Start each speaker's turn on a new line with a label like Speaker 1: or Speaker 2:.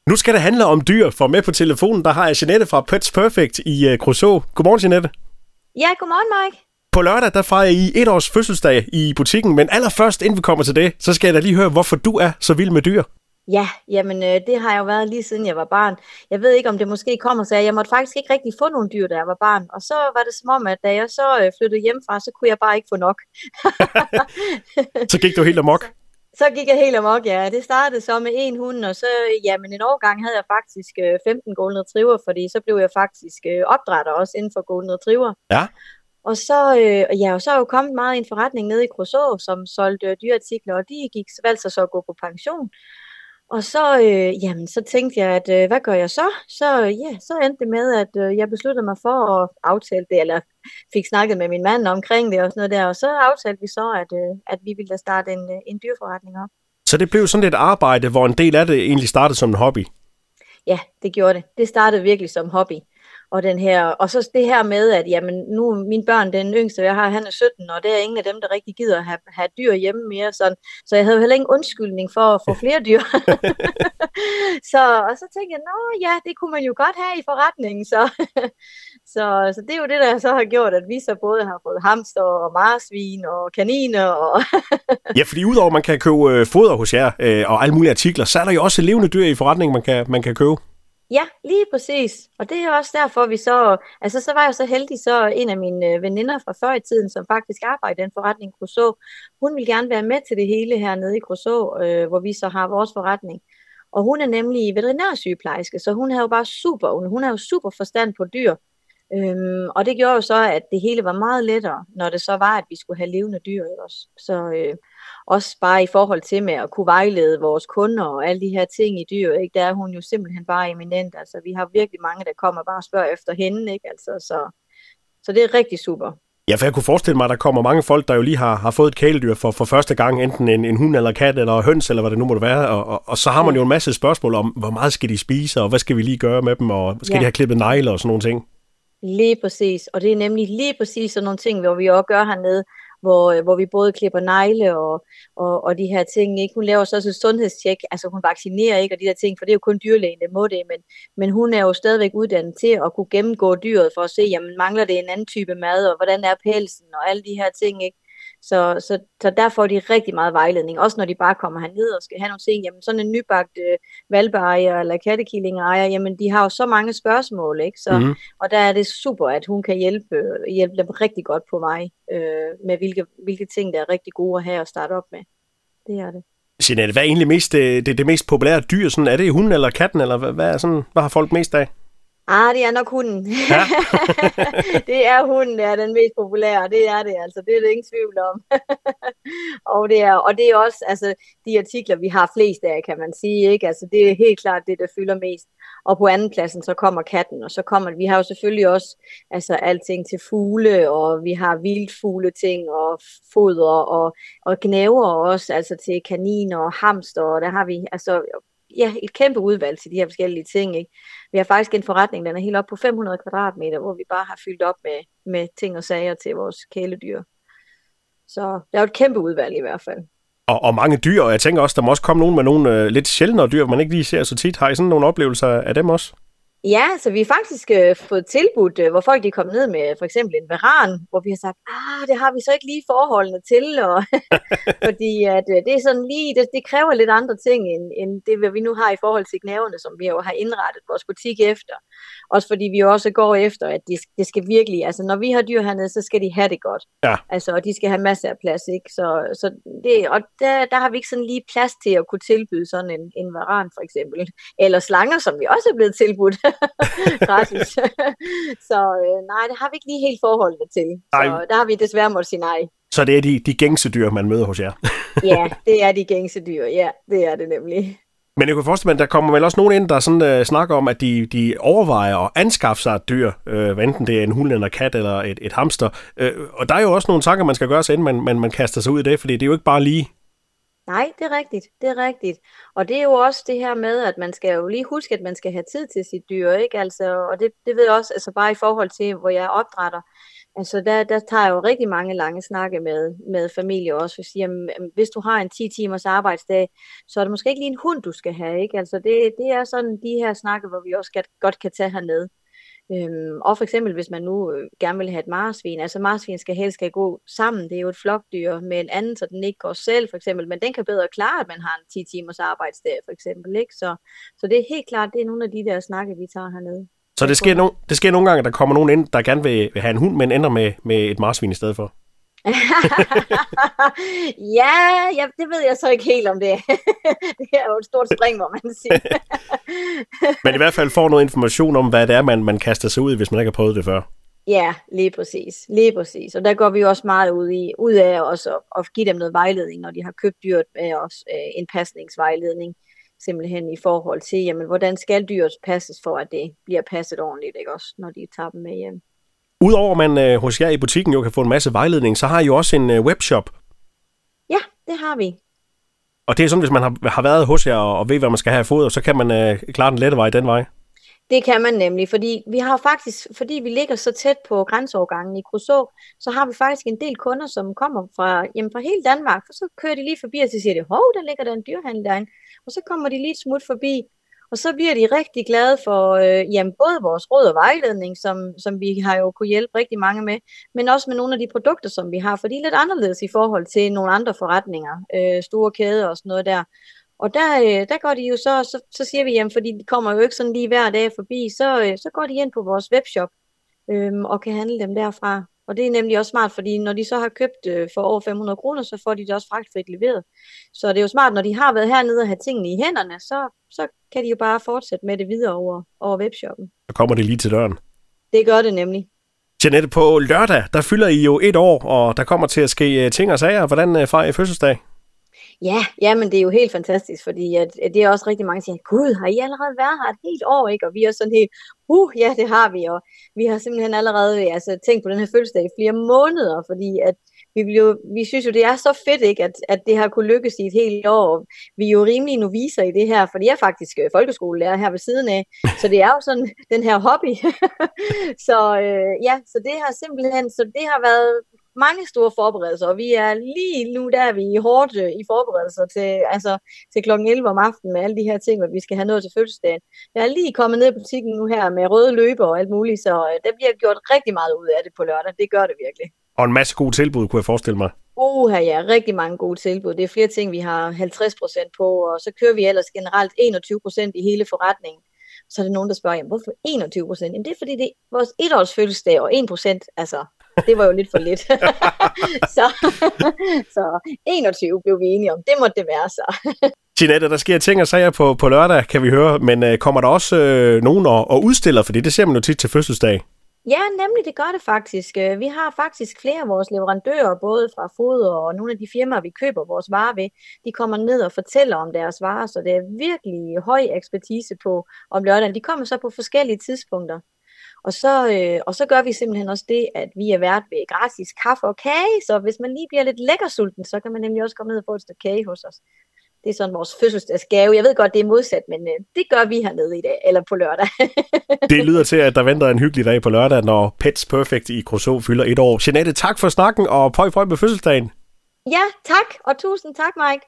Speaker 1: Nu skal det handle om dyr, for med på telefonen, der har jeg Jeanette fra Pets Perfect i Kruså. Godmorgen, Jeanette.
Speaker 2: Ja, godmorgen, Mike.
Speaker 1: På lørdag, der fejrer I 1 års fødselsdag i butikken, men allerførst, inden vi kommer til det, så skal jeg da lige høre, hvorfor du er så vild med dyr.
Speaker 2: Ja, jamen det har jeg jo været lige siden jeg var barn. Jeg ved ikke, om det måske kommer sig, at jeg måtte faktisk ikke rigtig få nogle dyr, da jeg var barn. Og så var det som om, at da jeg så flyttede hjemmefra, så kunne jeg bare ikke få nok.
Speaker 1: Så gik du helt amok?
Speaker 2: Så gik jeg helt amok, ja. Det startede så med en hund, og så jamen en årgang havde jeg faktisk 15 golden retriever, fordi så blev jeg faktisk opdrætter også inden for golden retriever.
Speaker 1: Ja.
Speaker 2: Og så, så er jo kommet meget i en forretning nede i Kruså, som solgte dyreartikler, og de gik valgte så at gå på pension. Og så, så tænkte jeg, at hvad gør jeg så? Så endte det med, at jeg besluttede mig for at aftale det, eller fik snakket med min mand omkring det og sådan noget der. Og så aftalte vi så, at vi ville starte en dyrforretning op.
Speaker 1: Så det blev sådan et arbejde, hvor en del af det egentlig startede som en hobby?
Speaker 2: Ja, det gjorde det. Det startede virkelig som hobby. Og så det her med, at jamen, nu mine børn, den yngste jeg har, han er 17, og det er ingen af dem, der rigtig gider at have dyr hjemme mere. Sådan. Så jeg havde heller ingen undskyldning for at få flere dyr. Og så tænkte jeg, det kunne man jo godt have i forretningen. Så det er jo det, der så har gjort, at vi så både har fået hamster og marsvin og kaniner.
Speaker 1: Ja, fordi udover at man kan købe foder hos jer og alle mulige artikler, så er der jo også levende dyr i forretningen, man kan købe.
Speaker 2: Ja, lige præcis. Og det er også derfor, vi så var jeg så heldig, så en af mine veninder fra før i tiden, som faktisk arbejder i den forretning Kruså, hun vil gerne være med til det hele hernede i Kruså, hvor vi så har vores forretning. Og hun er nemlig veterinærsygeplejerske, så hun har jo super forstand på dyr. Og det gjorde jo så, at det hele var meget lettere, når det så var, at vi skulle have levende dyr også. Så også bare i forhold til med at kunne vejlede vores kunder og alle de her ting i dyr, ikke? Der er hun jo simpelthen bare eminent. Altså, vi har virkelig mange, der kommer bare og spørger efter hende, ikke? Altså, så det er rigtig super.
Speaker 1: Ja, for jeg kunne forestille mig, at der kommer mange folk, der jo lige har fået et kæledyr for første gang, enten en hund eller kat eller høns, eller hvad det nu måtte være, og så har man jo en masse spørgsmål om, hvor meget skal de spise, og hvad skal vi lige gøre med dem, og skal de have klippet negle og sådan nogle ting.
Speaker 2: Lige præcis, og det er nemlig lige præcis sådan nogle ting, hvor vi også gør hernede, hvor vi både klipper negle og de her ting, ikke? Hun laver så også et sundhedstjek, altså hun vaccinerer ikke, og de der ting, for det er jo kun dyrlægen, der må det, men hun er jo stadigvæk uddannet til at kunne gennemgå dyret for at se, jamen mangler det en anden type mad, og hvordan er pelsen, og alle de her ting, ikke? Så der får de rigtig meget vejledning, også når de bare kommer herned og skal have nogle ting, jamen sådan en nybagt hvalpeejer eller kattekillingeejer, jamen de har jo så mange spørgsmål, ikke? Og der er det super, at hun kan hjælpe dem rigtig godt på vej, med hvilke ting, der er rigtig gode at have at starte op med. Det er det.
Speaker 1: Jeanette, hvad er egentlig det mest populære dyr? Sådan, er det hunden eller katten, eller hvad har folk mest af?
Speaker 2: Det er nok hunden.
Speaker 1: Ja.
Speaker 2: Det er hunden, der er den mest populære, det er det, altså, det er det ingen tvivl om. og det er også, altså, de artikler, vi har flest af, kan man sige, ikke? Altså, det er helt klart det, der fylder mest. Og på anden pladsen, så kommer katten, og så vi har jo selvfølgelig også, altså, alting til fugle, og vi har vildfugleting, og foder, og gnæver også, altså, til kaniner og hamster, og der har vi, altså, et kæmpe udvalg til de her forskellige ting, ikke? Vi har faktisk en forretning, den er helt op på 500 kvadratmeter, hvor vi bare har fyldt op med ting og sager til vores kæledyr. Så der er jo et kæmpe udvalg i hvert fald.
Speaker 1: Og mange dyr, og jeg tænker også, der må også komme nogen med nogle lidt sjældnere dyr, man ikke lige ser så tit. Har I sådan nogle oplevelser af dem også?
Speaker 2: Ja, så vi har faktisk fået tilbudt, hvor folk de kom ned med for eksempel en varan, hvor vi har sagt, det har vi så ikke lige forholdene til, og fordi at det er sådan lige, det kræver lidt andre ting, end det, vi nu har i forhold til gnaverne, som vi jo har indrettet vores butik efter. Også fordi vi også går efter, at det skal virkelig, altså når vi har dyr hernede, så skal de have det godt.
Speaker 1: Ja.
Speaker 2: Altså, og de skal have masser af plads, ikke? Så det, og der har vi ikke sådan lige plads til at kunne tilbyde sådan en varan for eksempel. Eller slanger, som vi også er blevet tilbudt. Gratis. Så nej, det har vi ikke lige helt forholdet til. Så der har vi desværre måttet sige nej.
Speaker 1: Så det er de gængse dyr, man møder hos jer?
Speaker 2: Ja, det er de gængse dyr. Ja, det er det nemlig.
Speaker 1: Men jeg kunne forestille mig, at der kommer vel også nogen ind, der sådan, snakker om, at de overvejer at anskaffe sig et dyr, enten det er en hund eller en kat eller et hamster. Og der er jo også nogle tanker, man skal gøre sig, inden man kaster sig ud i det, fordi det er jo ikke bare lige.
Speaker 2: Nej, det er rigtigt. Det er rigtigt. Og det er jo også det her med, at man skal jo lige huske, at man skal have tid til sit dyr, ikke? Altså, og det ved jeg også, altså bare i forhold til, hvor jeg opdrætter, Altså, der tager jeg jo rigtig mange lange snakke med familie også, for at sige, hvis du har en 10 timers arbejdsdag, så er det måske ikke lige en hund, du skal have, ikke? Altså, det er sådan de her snakke, hvor vi også godt kan tage hernede. Og for eksempel, hvis man nu gerne vil have et marsvin, altså marsvin skal helst gå sammen, det er jo et flokdyr med en anden, så den ikke går selv, for eksempel, men den kan bedre klare, at man har en 10 timers arbejdsdag, for eksempel, ikke? Så det er helt klart, det er nogle af de der snakke, vi tager hernede.
Speaker 1: Så det sker nogle gange, at der kommer nogen ind, der gerne vil have en hund, men ender med et marsvin i stedet for?
Speaker 2: ja, det ved jeg så ikke helt om det. Det er jo et stort spring, hvor man siger.
Speaker 1: Men i hvert fald får noget information om, hvad det er, man kaster sig ud i, hvis man ikke har prøvet det før.
Speaker 2: Ja, lige præcis. Og der går vi jo også meget ud af også at give dem noget vejledning, når de har købt dyret med os, en pasningsvejledning, simpelthen i forhold til, jamen, hvordan skal dyret passes for, at det bliver passet ordentligt, ikke også, når de tager dem med hjem.
Speaker 1: Udover at man hos jer i butikken jo kan få en masse vejledning, så har I jo også en webshop.
Speaker 2: Ja, det har vi.
Speaker 1: Og det er sådan, hvis man har været hos jer og ved, hvad man skal have foder, så kan man klare den lette vej den vej.
Speaker 2: Det kan man nemlig, fordi fordi vi ligger så tæt på grænseovergangen i Kruså, så har vi faktisk en del kunder, som kommer fra hele Danmark, for så kører de lige forbi, og så siger de, hov, der ligger der en dyrhandel derinde, og så kommer de lige et smut forbi, og så bliver de rigtig glade for både vores råd og vejledning, som vi har jo kunne hjælpe rigtig mange med, men også med nogle af de produkter, som vi har, for de er lidt anderledes i forhold til nogle andre forretninger, store kæder og sådan noget der. Og der går de jo så siger vi, jamen, fordi de kommer jo ikke sådan lige hver dag forbi, så går de ind på vores webshop og kan handle dem derfra. Og det er nemlig også smart, fordi når de så har købt for over 500 kroner, så får de det også fragtfrit leveret. Så det er jo smart, når de har været hernede og have tingene i hænderne, så kan de jo bare fortsætte med det videre over webshoppen.
Speaker 1: Så kommer de lige til døren.
Speaker 2: Det gør det nemlig.
Speaker 1: Jeanette, på lørdag, der fylder I jo 1 år, og der kommer til at ske ting og sager. Hvordan fejrer I fødselsdag?
Speaker 2: Ja, men det er jo helt fantastisk, fordi at det er også rigtig mange, der siger, gud, har I allerede været her et helt år, ikke? Og vi er sådan helt, ja, det har vi, og vi har simpelthen allerede tænkt på den her fødselsdag i flere måneder, fordi at vi synes jo, det er så fedt, ikke, at det har kunne lykkes i et helt år. Vi er jo rimelig noviser i det her, for jeg er faktisk folkeskolelærer her ved siden af, så det er jo sådan den her hobby. så det har simpelthen, det har været mange store forberedelser, og vi er lige nu, der er vi hårdt i forberedelser til klokken 11 om aftenen med alle de her ting, hvor vi skal have noget til fødselsdagen. Jeg er lige kommet ned i butikken nu her med røde løber og alt muligt, så der bliver gjort rigtig meget ud af det på lørdag. Det gør det virkelig. Og
Speaker 1: en masse gode tilbud, kunne jeg forestille mig.
Speaker 2: Ja, rigtig mange gode tilbud. Det er flere ting, vi har 50% på, og så kører vi ellers generelt 21% i hele forretningen. Så er der nogen, der spørger, jamen, hvorfor 21%? Jamen, det er fordi, det er vores 1-års fødselsdag, og 1%, altså, det var jo lidt for lidt. så 21 blev vi enige om. Det måtte det være så.
Speaker 1: Jeanette, der sker ting og sager på lørdag, kan vi høre, men kommer der også nogen og udstiller, fordi det ser man jo tit til fødselsdag?
Speaker 2: Ja, nemlig det gør det faktisk. Vi har faktisk flere af vores leverandører, både fra foder og nogle af de firmaer, vi køber vores varer ved. De kommer ned og fortæller om deres varer, så det er virkelig høj ekspertise på om lørdagen. De kommer så på forskellige tidspunkter. Og så gør vi simpelthen også det, at vi er vært ved gratis kaffe og kage, så hvis man lige bliver lidt lækkersulten, så kan man nemlig også komme ned og få et stykke kage hos os. Det er sådan vores fødselsdagsgave. Jeg ved godt, det er modsat, men det gør vi hernede i dag, eller på lørdag.
Speaker 1: Det lyder til, at der venter en hyggelig dag på lørdag, når Pets Perfect i Kruså fylder 1 år. Jeanette, tak for snakken, og pøj med fødselsdagen.
Speaker 2: Ja, tak, og tusind tak, Mike.